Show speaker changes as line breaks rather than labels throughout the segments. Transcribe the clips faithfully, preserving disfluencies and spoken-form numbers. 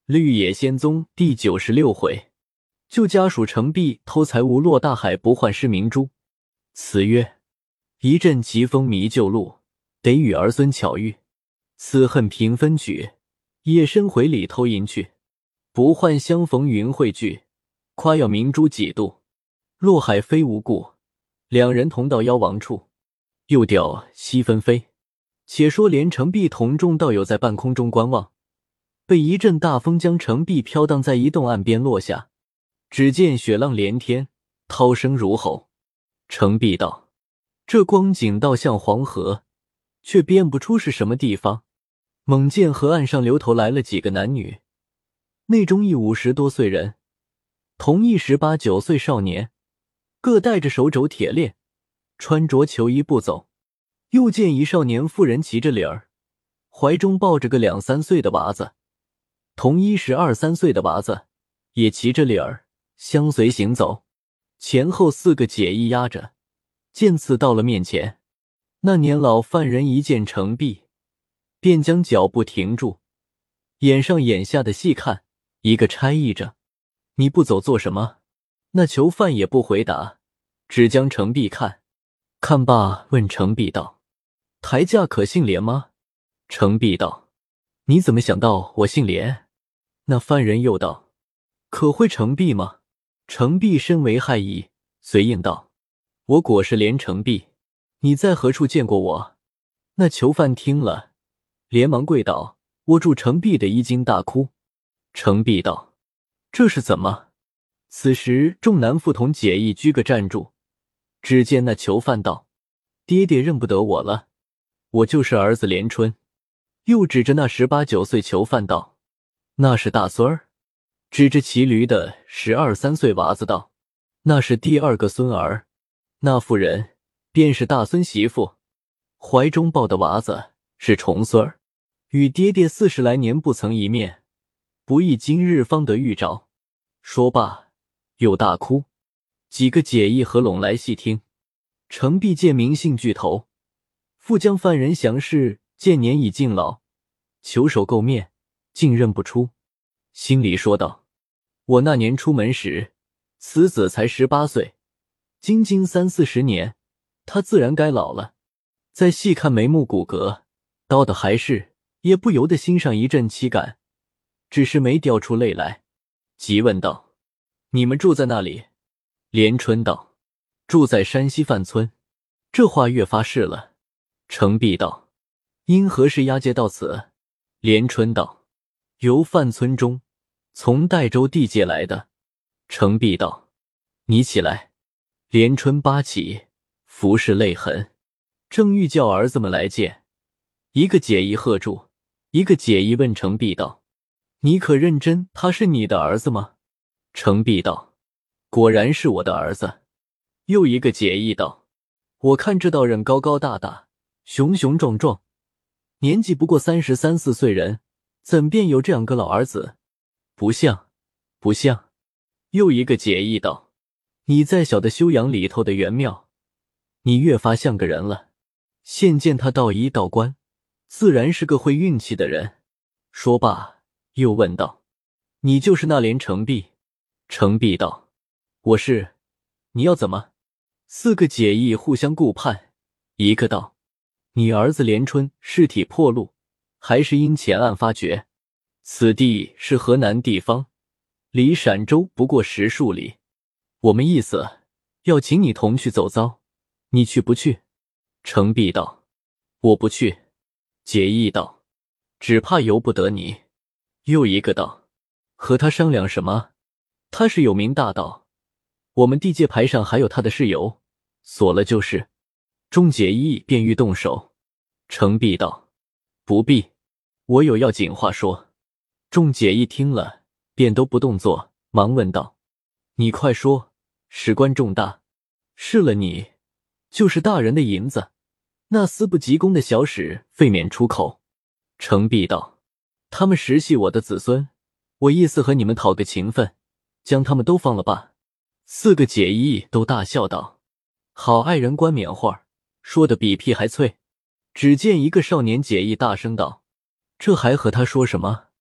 绿野仙踪第九十六回，救家属程璧偷财物落大海，不换失明珠。词曰：一阵奇风迷旧路，得与儿孙巧遇。此恨平分举，夜深回里偷银去。不换相逢云会聚，夸耀明珠几度。落海非无故，两人同到妖王处。又调西纷飞。且说连程璧同众道友在半空中观望，被一阵大风将程璧飘荡在一洞岸边落下。只见雪浪连天，涛声如吼。程璧道：这光景倒像黄河，却辨不出是什么地方。猛见河岸上流头来了几个男女，内中一五十多岁人，同一十八九岁少年，各带着手肘铁链，穿着裘衣步走。又见一少年妇人骑着铃儿，怀中抱着个两三岁的娃子，同一十二三岁的娃子也骑着铃儿相随行走。前后四个解役压着，见此到了面前。那年老犯人一见程璧，便将脚步停住，眼上眼下的细看，一个差役着：你不走做什么？那囚犯也不回答，只将程璧看。看罢问程璧道：台驾可姓连吗？程璧道：你怎么想到我姓连？那犯人又道：可会程璧吗？程璧深为骇异，遂应道：我果是连程璧，你在何处见过我？那囚犯听了，连忙跪倒，握住程璧的衣襟大哭。程璧道：这是怎么？此时众男妇同解役居个站住。只见那囚犯道：爹爹认不得我了，我就是儿子连春。又指着那十八九岁囚犯道：那是大孙儿。指着骑驴的十二三岁娃子道：那是第二个孙儿。那妇人便是大孙媳妇，怀中抱的娃子是重孙儿，与爹爹四十来年不曾一面，不意今日方得遇着。说罢又大哭。几个解役合拢来细听。程璧见名姓巨头，复将犯人详事见年已尽老，求手垢面，竟认不出。心里说道：我那年出门时，此子才十八岁，今经三四十年，他自然该老了。再细看眉目骨骼，刀的还是，也不由得心上一阵凄感，只是没掉出泪来。急问道：你们住在那里？连春道：住在山西范村。这话越发是了。程璧道：因何事押解到此？连春道：由范村中从代州地界来的。程璧道：你起来。连春扒起，服是泪痕，正欲叫儿子们来见，一个解役喝住，一个解役问程璧道：你可认真他是你的儿子吗？程璧道：果然是我的儿子。又一个解役道：我看这道人高高大大，雄雄壮壮，年纪不过三十三四岁人，怎便有这样个老儿子？不像，不像。又一个解役道：你在小的修养里头的元妙，你越发像个人了。现见他道医道官，自然是个会运气的人。说罢又问道：你就是那连程璧？程璧道：我是。你要怎么？四个解役互相顾盼，一个道：你儿子连春尸体破露，还是因前案发觉。此地是河南地方，离陕州不过十数里。我们意思要请你同去走遭，你去不去？程璧道：我不去。解役道：只怕由不得你。又一个道：和他商量什么？他是有名大盗，我们地界牌上还有他的事由，锁了就是。众解役便欲动手。程璧道：不必，我有要紧话说。众解役听了便都不动作，忙问道：你快说，事关重大，是了你就是大人的银子，那司不及公的小使费免出口。程璧道：他们实系我的子孙，我意思和你们讨个情分，将他们都放了吧。四个解役都大笑道：好爱人冠冕话，说的比屁还脆。只见一个少年解役大声道：这还和他说什么？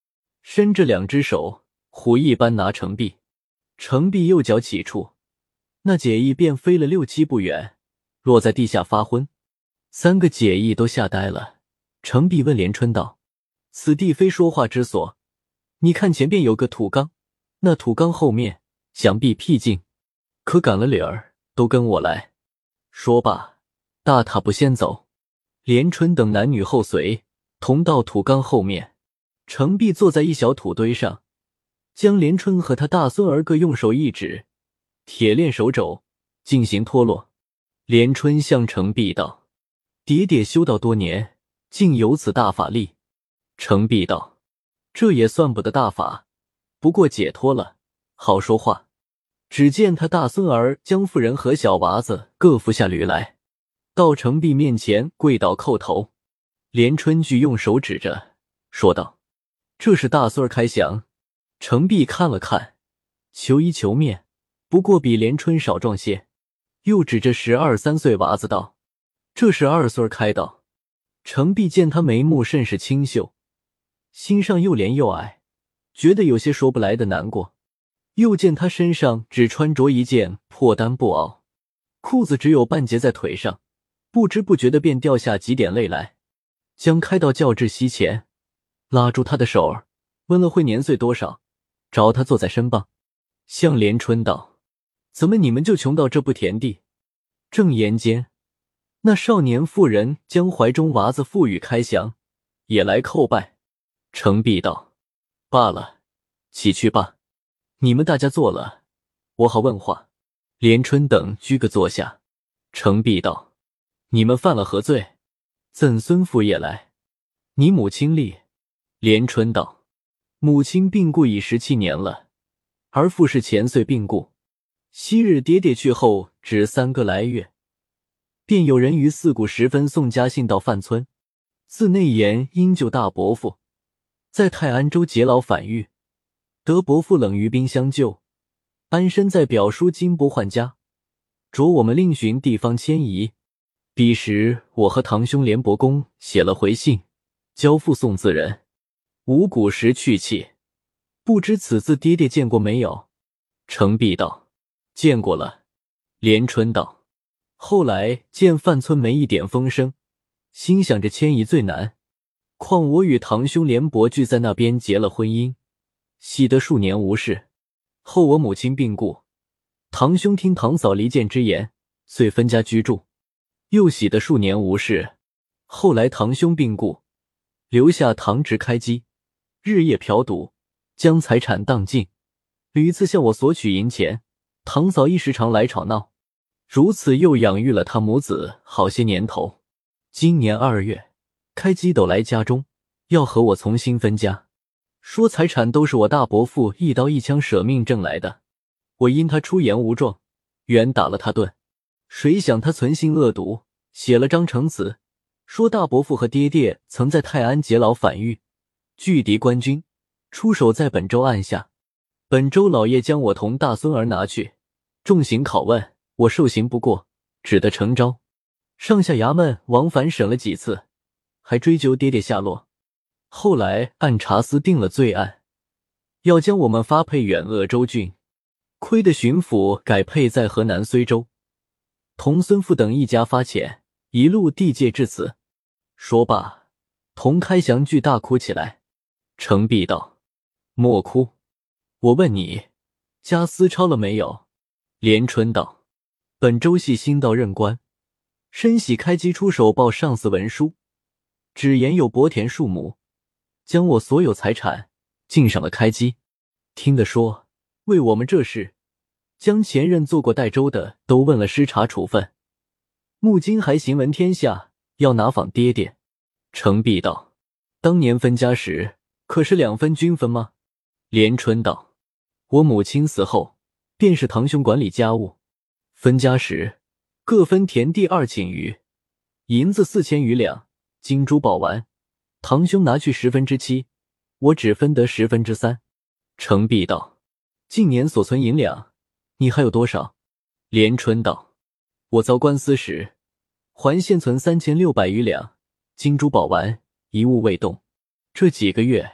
伸着两只手，虎一般拿程璧。程璧右脚起处，那解翼便飞了六七步远，落在地下发昏。三个解翼都吓呆了。程璧问连春道：此地非说话之所，你看前边有个土缸，那土缸后面想必僻静，可赶了理儿，都跟我来。说罢，大踏步先走，连春等男女后随，同到土缸后面。程璧坐在一小土堆上，将连春和他大孙儿各用手一指，铁链手肘进行脱落。连春向程璧道：爹爹修道多年，竟有此大法力。程璧道：这也算不得大法，不过解脱了，好说话。只见他大孙儿将妇人和小娃子各扶下驴来，到程璧面前跪倒叩头。连春具用手指着，说道：这是大孙儿开降。程璧看了看，求一求面，不过比连春少壮些，又指着十二三岁娃子道：这是二孙儿开道。程璧见他眉目甚是清秀，心上又怜又爱，觉得有些说不来的难过。又见他身上只穿着一件破单布袄，裤子只有半截在腿上，不知不觉的便掉下几点泪来，将开道叫至膝前，拉住他的手儿，问了会年岁多少，找他坐在身旁，向连春道：怎么你们就穷到这步田地？正言间，那少年妇人将怀中娃子赋予开降，也来叩拜。程璧道：罢了，起去吧，你们大家坐了，我好问话。连春等居个坐下。程璧道：你们犯了何罪？怎孙父也来？你母亲立？连春道：母亲病故已十七年了，而父是前岁病故。昔日爹爹去后只三个来月，便有人于四鼓时分送家信到范村，自内言因救大伯父，在泰安州劫牢反狱，得伯父冷于冰相救，安身在表叔金波焕家，着我们另寻地方迁移。彼时我和堂兄连伯公写了回信，交付送字人。五鼓时去气，不知此字爹爹见过没有？程璧道：见过了。连春道：后来见范村没一点风声，心想着迁移最难，况我与堂兄连伯俱在那边结了婚姻，喜得数年无事。后我母亲病故，堂兄听堂嫂离间之言，遂分家居住，又喜得数年无事。后来堂兄病故，留下堂侄开机，日夜嫖赌，将财产荡尽，屡次向我索取银钱，堂嫂一时常来吵闹，如此又养育了他母子好些年头。今年二月，开机斗来家中，要和我重新分家，说财产都是我大伯父一刀一枪舍命挣来的。我因他出言无状，原打了他顿，谁想他存心恶毒，写了张呈词，说大伯父和爹爹曾在泰安劫牢反狱，拒敌官军，出手在本州按下，本州老爷将我同大孙儿拿去重刑拷问，我受刑不过，只得呈招。上下衙门往返审了几次，还追究爹爹下落。后来按察司定了罪案，要将我们发配远鄂州郡，亏得巡抚改配在河南睢州，同孙父等一家发遣，一路地界至此。说罢，同开降俱大哭起来。程璧道：莫哭，我问你，家私抄了没有？连春道：本州系新到任官，深喜开机出手报上司文书，只言有薄田数亩，将我所有财产尽上了开机。听得说，为我们这事，将前任做过代州的都问了失察处分，目今还行闻天下，要拿访爹爹。程璧道：当年分家时，可是两分均分吗？连春道：我母亲死后，便是堂兄管理家务，分家时各分田地二顷余，银子四千余两，金珠宝丸，堂兄拿去十分之七，我只分得十分之三。程璧道：近年所存银两，你还有多少？连春道：我遭官司时，还现存三千六百余两，金珠宝丸一物未动。这几个月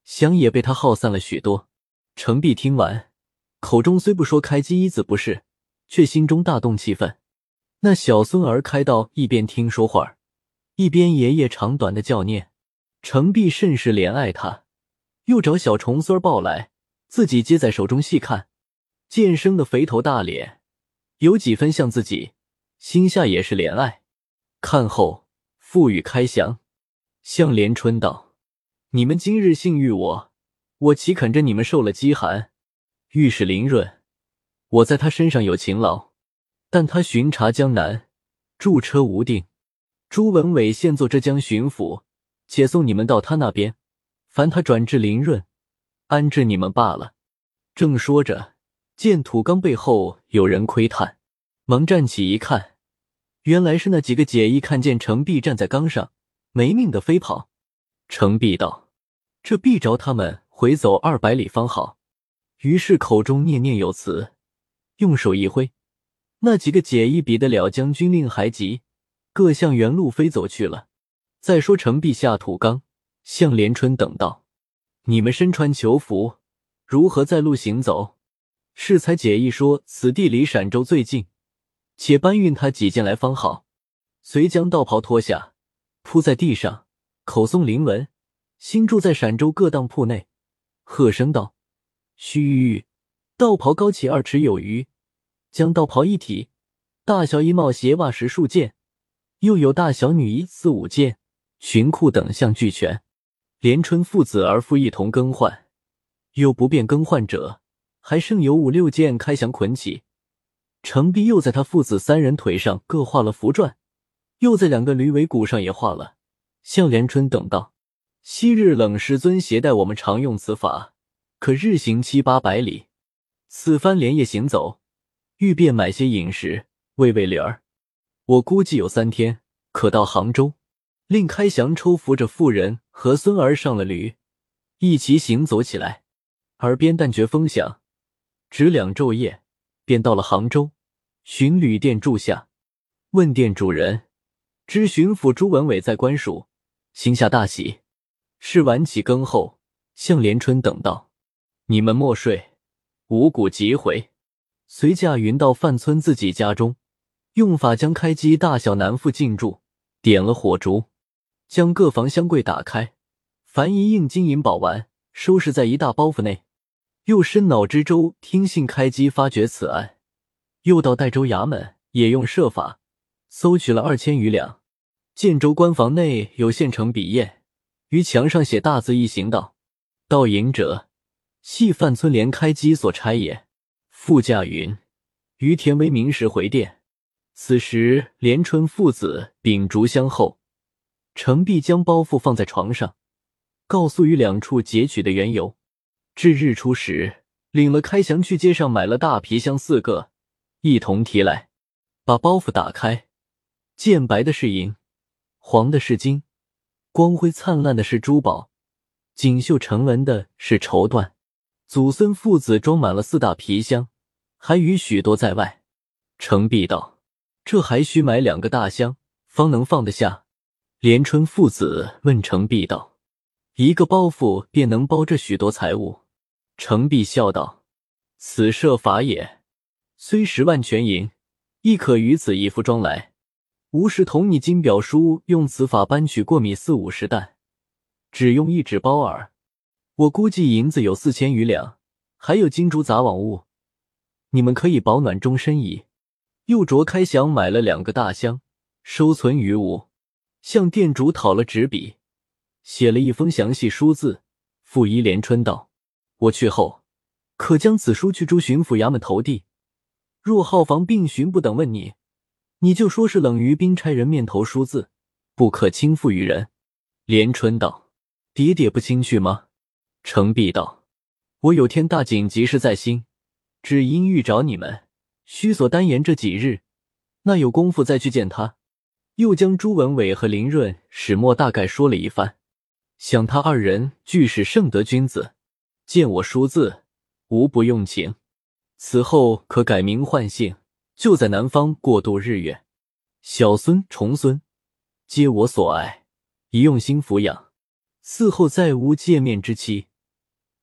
想也被他耗散了许多。程璧听完，口中虽不说开基一子不是，却心中大动气愤。那小孙儿开道一边听说话，一边爷爷长短的教念。程璧甚是怜爱他，又找小重孙儿抱来，自己接在手中细看，见生的肥头大脸，有几分像自己，心下也是怜爱。看后赋予开降，向连春道：你们今日幸遇我，我岂肯着你们受了饥寒？御史林润，我在他身上有勤劳，但他巡查江南，驻车无定。朱文伟现做浙江巡抚，且送你们到他那边，烦他转至林润，安置你们罢了。正说着，见土缸背后有人窥探，忙站起一看，原来是那几个解衣看见程璧站在缸上，没命的飞跑。程璧道：这必着他们回走二百里方好。于是口中念念有词，用手一挥，那几个解衣比得了将军令还急，各向原路飞走去了。再说程璧下土缸，向连春等道：你们身穿囚服，如何在路行走？适才解衣说此地离陕州最近，且搬运他几件来方好。遂将道袍脱下，铺在地上，口诵灵文，新住在陕州各当铺内，喝声道：须道袍高起二尺有余，将道袍一体，大小衣帽鞋袜十数件，又有大小女衣四五件，裙裤等项俱全。连春父子儿妇一同更换，有不便更换者，还剩有五六件开降捆起。程璧又在他父子三人腿上各画了符篆，又在两个驴尾骨上也画了。向连春等道：昔日冷师尊携带我们常用此法，可日行七八百里，此番连夜行走，欲便买些饮食喂喂驴儿。我估计有三天可到杭州。令开降抽扶着妇人和孙儿上了驴，一齐行走起来。耳边但觉风响，只两昼夜，便到了杭州，寻旅店住下。问店主人，知巡抚朱文伟在官署，心下大喜。是晚起更后，向连春等道：你们莫睡，五谷即回。遂驾云到范村自己家中，用法将开基大小男妇进驻，点了火烛，将各房箱柜打开，凡一应金银宝玩收拾在一大包袱内。又深脑知州听信开基发觉此案，又到代州衙门也用设法搜取了二千余两。建州官房内有现成笔砚，于墙上写大字一行道：盗银者，系范村连开基所差也。副驾云：于田为明时回电。此时连春父子秉烛相候，程璧将包袱放在床上，告诉于两处截取的缘由。至日出时，领了开降去街上买了大皮箱四个，一同提来。把包袱打开，见白的是银，黄的是金，光辉灿烂的是珠宝，锦绣成文的是绸缎。祖孙父子装满了四大皮箱，还余许多在外。程璧道：这还需买两个大箱，方能放得下。连春父子问程璧道：一个包袱便能包这许多财物？程璧笑道：此设法也，虽十万全银，亦可于此一副装来。吾时同你金表叔用此法搬取过米四五十担，只用一纸包耳。我估计银子有四千余两，还有金珠杂网物，你们可以保暖终身矣。又着开降买了两个大箱，收存于屋，向店主讨了纸笔，写了一封详细书字，付依连春道：我去后，可将此书去诸巡抚衙门投递。若号房并巡不等问你，你就说是冷于兵差人面投书字，不可轻付于人。连春道：喋喋不轻去吗？程璧道：我有天大紧急事在心，只因欲找你们，须所单言这几日，那有功夫再去见他。又将朱文伟和林润始末大概说了一番，想他二人俱是圣德君子，见我书字，无不用情。此后可改名换姓，就在南方过度日月。小孙重孙皆我所爱，一用心抚养，嗣后再无见面之期。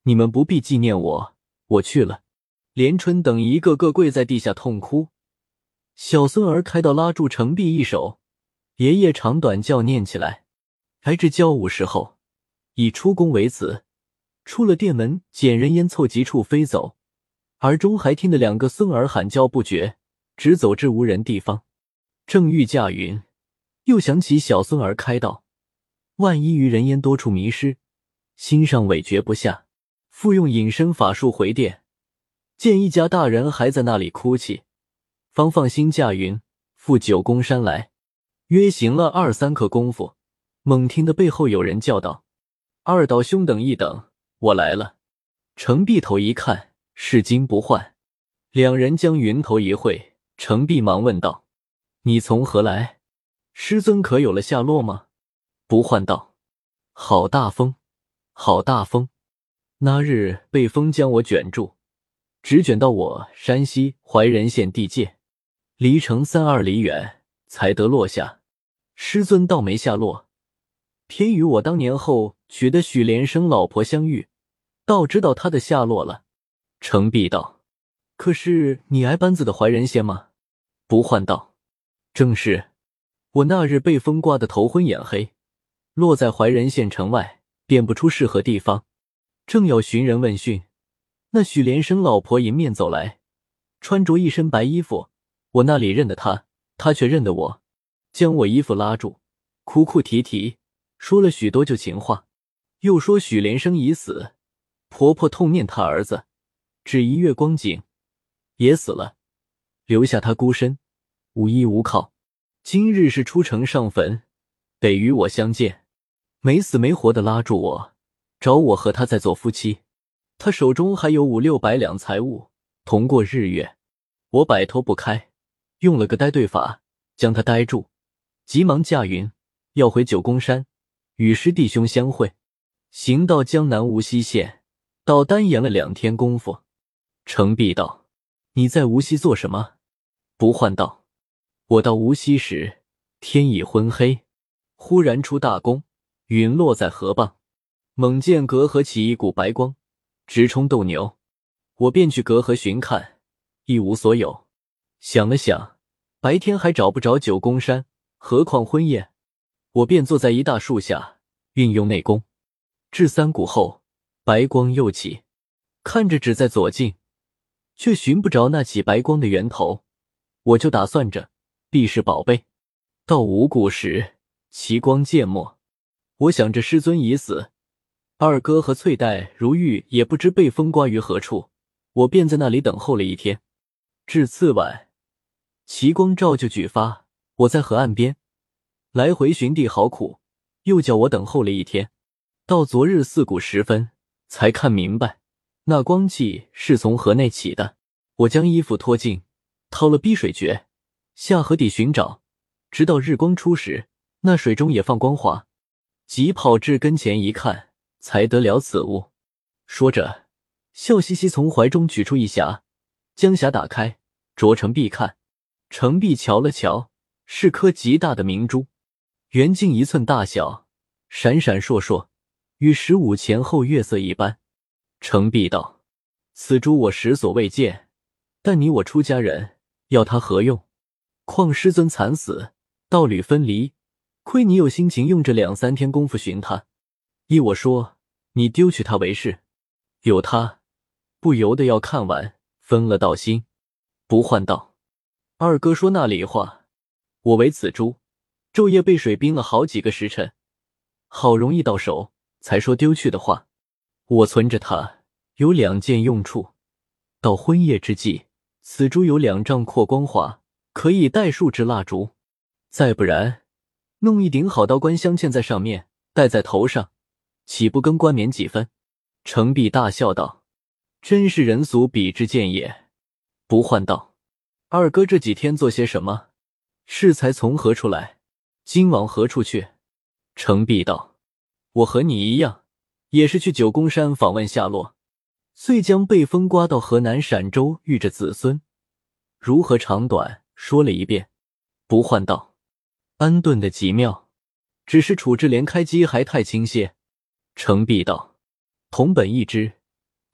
你们不必纪念我，我去了。”连春等一个个跪在地下痛哭。小孙儿开道拉住程璧一手，爷爷长短教念起来。挨至交午时候，以出宫为辞，出了殿门，捡人烟凑急处飞走，耳中还听得两个孙儿喊叫不绝，直走至无人地方。正欲驾云，又想起小孙儿开道，万一于人烟多处迷失，心上委决不下，复用隐身法术回殿，见一家大人还在那里哭泣，方放心驾云赴九宫山来。约行了二三刻功夫，猛听得背后有人叫道：“二道兄等一等，我来了。”程璧头一看，是金不换。两人将云头一会，程璧忙问道：“你从何来？师尊可有了下落吗？”不换道：“好大风，好大风！那日被风将我卷住，直卷到我山西怀仁县地界，离城三二里远，才得落下。师尊倒没下落，偏与我当年后娶的许连生老婆相遇，倒知道他的下落了。”程璧道：“可是你挨班子的怀仁县吗？”不换道：“正是。我那日被风刮得头昏眼黑，落在怀仁县城外，辨不出是何地方，正要寻人问讯，那许连生老婆迎面走来，穿着一身白衣服，我那里认得她，她却认得我，将我衣服拉住，哭哭啼啼，说了许多旧情话，又说许连生已死，婆婆痛念她儿子，只一月光景也死了，留下她孤身，无依无靠，今日是出城上坟，得与我相见，没死没活的拉住我，找我和他再做夫妻。他手中还有五六百两财物，同过日月。我摆脱不开，用了个呆对法，将他呆住，急忙驾云要回九宫山，与师弟兄相会。行到江南无锡县，到单延了两天功夫。”程璧道：“你在无锡做什么？”不换道：“我到无锡时，天已昏黑，忽然出大功，陨落在河蚌，猛见隔河起一股白光，直冲斗牛，我便去隔河寻看，一无所有。想了想，白天还找不着九宫山，何况昏夜，我便坐在一大树下，运用内功，至三鼓后，白光又起，看着只在左近，却寻不着那起白光的源头，我就打算着必是宝贝。到五鼓时，其光渐没，我想着师尊已死，二哥和翠黛如玉也不知被风刮于何处，我便在那里等候了一天。至次晚，奇光照旧举发，我在河岸边来回寻地好苦，又叫我等候了一天。到昨日四鼓时分，才看明白，那光气是从河内起的。我将衣服脱尽，掏了逼水诀，下河底寻找，直到日光出时，那水中也放光华，急跑至跟前一看，才得了此物。说着，笑嘻嘻从怀中取出一匣，将匣打开，着程璧看。程璧瞧了瞧，是颗极大的明珠，圆径一寸大小，闪闪烁烁，与十五前后月色一般。程璧道：“此珠我实所未见，但你我出家人，要它何用？况师尊惨死，道侣分离，亏你有心情用这两三天功夫寻他。依我说，你丢去他为是，有他，不由得要看完，分了道心。”不换道：“二哥说那里话，我为此珠，昼夜被水冰了好几个时辰，好容易到手，才说丢去的话。我存着它，有两件用处。到昏夜之际，此珠有两丈阔光滑，可以带数支蜡烛；再不然，弄一顶好刀冠镶嵌在上面，戴在头上，岂不更冠冕几分？”程璧大笑道：“真是人俗比之见也。”不换道：“二哥这几天做些什么？适才从何处来？今往何处去？”程璧道：“我和你一样，也是去九宫山访问下落，遂将被风刮到河南陕州遇着子孙，如何长短说了一遍。”不换道：“安顿的极妙，只是处置连开机还太轻些。”程璧道：“同本一支，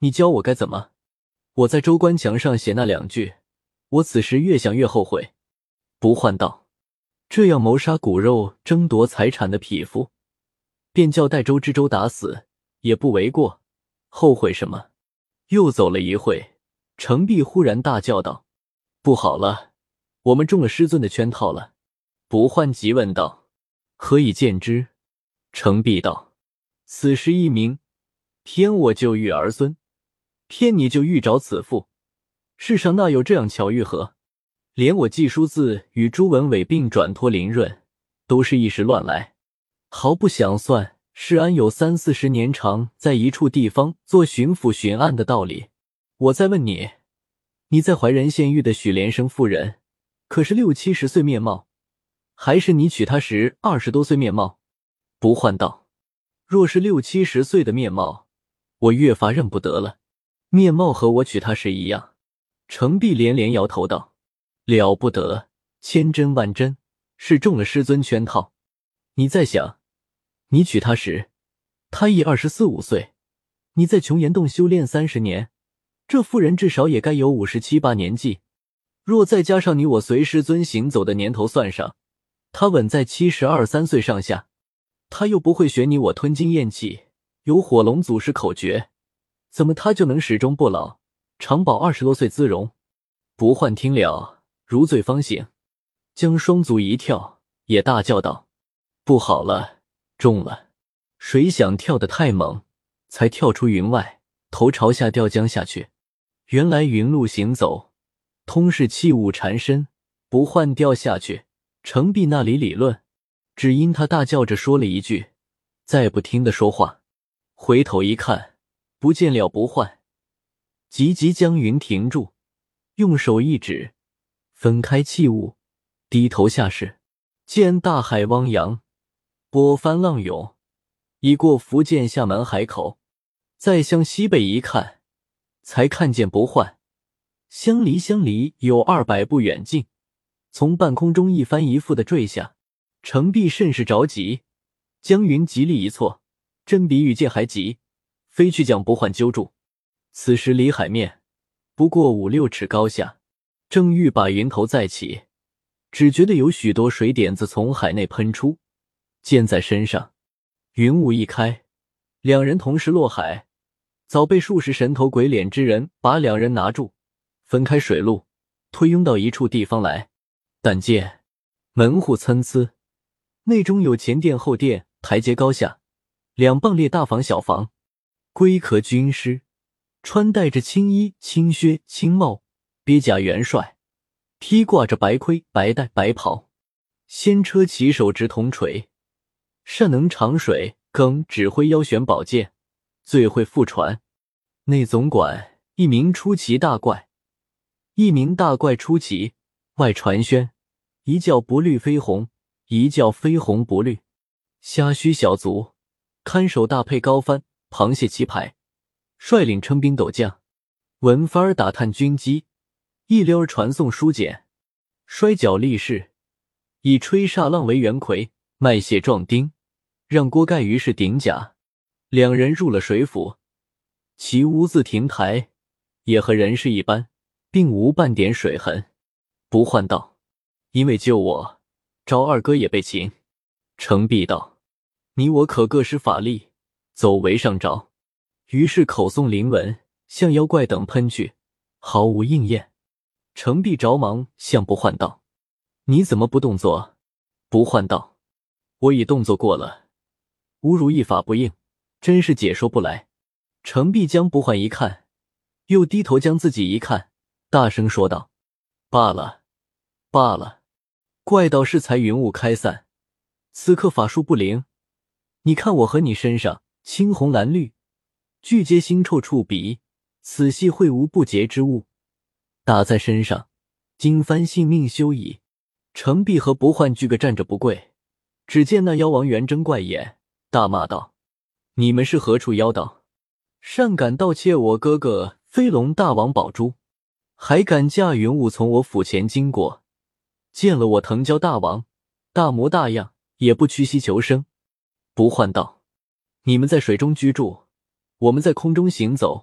你教我该怎么？我在州官墙上写那两句，我此时越想越后悔。不换道，这样谋杀骨肉、争夺财产的匹夫，便叫代州知州打死，也不为过，后悔什么？又走了一会，程璧忽然大叫道：不好了，我们中了师尊的圈套了。不换急问道：何以见之？程璧道：此时一明，偏我就遇儿孙，偏你就遇着此妇，世上哪有这样巧遇何？连我季叔字与朱文伟并转托林润，都是一时乱来，毫不想算世安有三四十年长在一处地方做巡抚巡案的道理。我再问你，你在怀仁县遇的许连生夫人，可是六七十岁面貌，还是你娶她时二十多岁面貌？不换道：若是六七十岁的面貌，我越发认不得了，面貌和我娶她时一样。程璧连连摇头道：了不得，千真万真，是中了师尊圈套。你再想，你娶她时，她已二十四五岁，你在琼岩洞修炼三十年，这妇人至少也该有五十七八年纪。若再加上你我随师尊行走的年头算上，她稳在七十二三岁上下。她又不会学你我吞金咽气，有火龙祖师口诀，怎么她就能始终不老，长保二十多岁姿容？不换听了，如醉方醒，将双足一跳，也大叫道：不好了，中了！谁想跳得太猛，才跳出云外，头朝下掉江下去。原来云路行走，通是气雾缠身，不换掉下去，程璧那里理论，只因他大叫着说了一句，再不听的说话。回头一看，不见了不换，急急将云停住，用手一指，分开气雾，低头下视，见大海汪洋，波翻浪涌，已过福建厦门海口。再向西北一看，才看见不换，相离相离有二百步远近，从半空中一翻一覆的坠下。程璧甚是着急，将云极力一错，真比羽界还急，飞去将不换揪住。此时离海面不过五六尺高下，正欲把云头再起，只觉得有许多水点子从海内喷出，溅在身上。云雾一开，两人同时落海，早被数十神头鬼脸之人把两人拿住，分开水路，推拥到一处地方来。但见门户参差，内中有前殿后殿，台阶高下，两傍列大房小房，龟壳军师，穿戴着青衣青靴青帽，鳖甲元帅，披挂着白盔白带白袍，先车骑手执铜锤，善能长水更指挥腰旋宝剑，最会覆船。内总管一名出奇大怪，一名大怪出奇，外传宣，一叫不绿飞红，一叫飞红不绿。虾须小卒看守大配高帆螃蟹旗牌，率领称兵斗将，文帆儿打探军机，一溜儿传送书简，摔跤力士以吹煞浪为圆魁，卖血壮丁，让锅盖于是顶甲。两人入了水府，其屋子亭台也和人事一般，并无半点水痕。不换道：因为救我，招二哥也被擒。程璧道：你我可各施法力，走为上招。于是口诵灵文，向妖怪等喷去，毫无应验。程璧着忙向不换道：你怎么不动作？不换道：我已动作过了，吾如一法不应，真是解说不来。程璧将不换一看，又低头将自己一看，大声说道：罢了罢了，怪道是才云雾开散，此刻法术不灵。你看我和你身上青红蓝绿俱皆腥臭触鼻，此系会无不洁之物，打在身上，今番性命休矣。程璧和不换俱个站着不跪，只见那妖王圆睁怪眼，大骂道：你们是何处妖道，擅敢盗窃我哥哥飞龙大王宝珠，还敢驾云雾从我府前经过，见了我藤蛟大王，大模大样，也不屈膝求生。不换道：你们在水中居住，我们在空中行走，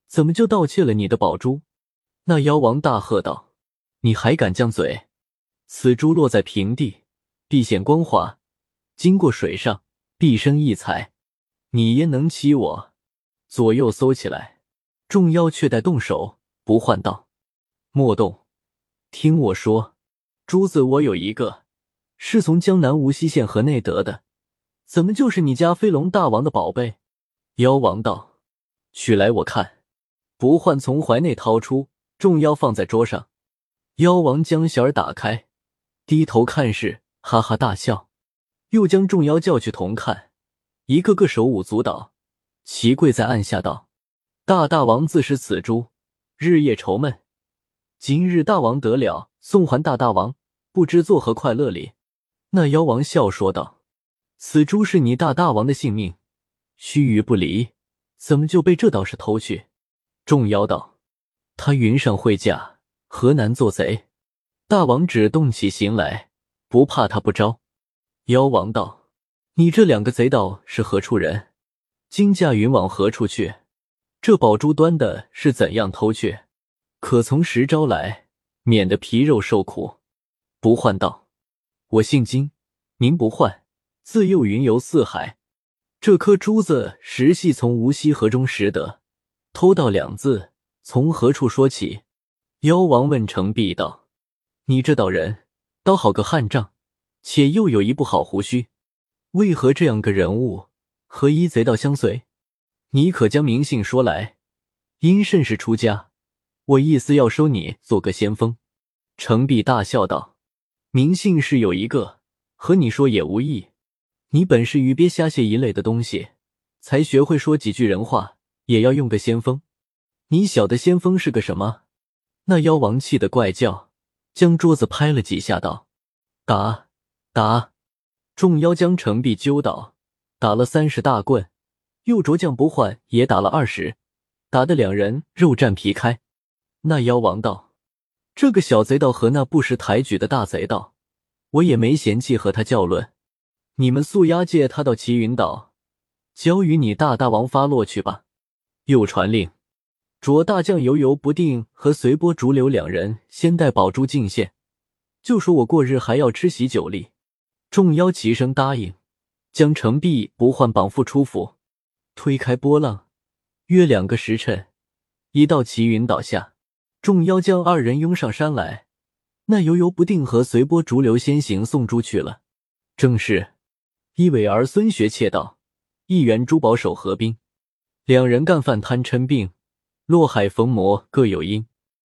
怎么就盗窃了你的宝珠？”那妖王大喝道：“你还敢犟嘴！”此珠落在平地，必显光滑，经过水上，必生异彩。你焉能欺我？左右搜起来。众妖却待动手，不唤道：“莫动，听我说，珠子我有一个，是从江南无锡县河内得的，怎么就是你家飞龙大王的宝贝？”妖王道：“取来我看。”不唤从怀内掏出，众妖放在桌上。妖王将匣儿打开，低头看时，哈哈大笑，又将众妖叫去同看，一个个手舞足蹈，齐跪在案下道：“大大王自识此珠，日夜愁闷，今日大王得了，送还大大王，不知作何快乐礼。”那妖王笑说道：“此珠是你大大王的性命，须臾不离，怎么就被这道士偷去？”众妖道：“他云上会驾，何难做贼？大王只动起刑来，不怕他不招。”妖王道：“你这两个贼盗是何处人？今驾云往何处去？这宝珠端的是怎样偷去？可从实招来，免得皮肉受苦。”不唤道：“我姓金，名不唤，自幼云游四海。这颗珠子实系从无锡河中拾得，偷盗两字，从何处说起？”妖王问程璧道：“你这道人，倒好个汉丈，且又有一不好胡须，为何这样个人物，何依贼盗相随？你可将名姓说来，因甚时出家？我意思要收你做个先锋。”程璧大笑道：“名姓是有一个，和你说也无益。你本是鱼鳖虾蟹一类的东西，才学会说几句人话，也要用个先锋。你晓得先锋是个什么？”那妖王气得怪叫，将桌子拍了几下道：“打打！”众妖将程璧揪倒，打了三十大棍，又着将不换也打了二十，打得两人肉绽皮开。那妖王道：“这个小贼盗和那不识抬举的大贼盗，我也没嫌弃和他较论。你们速押解他到齐云岛，交与你大大王发落去吧。”又传令，着大将犹犹不定和随波逐流两人先带宝珠进献，就说我过日还要吃喜酒力。众妖齐声答应，将程璧不换绑缚出府，推开波浪，约两个时辰，一到齐云岛下，众妖将二人拥上山来，那犹犹不定和随波逐流先行送珠去了。正是一尾儿孙学窃盗，一员珠宝守河滨，两人干犯贪嗔病，落海逢魔各有因。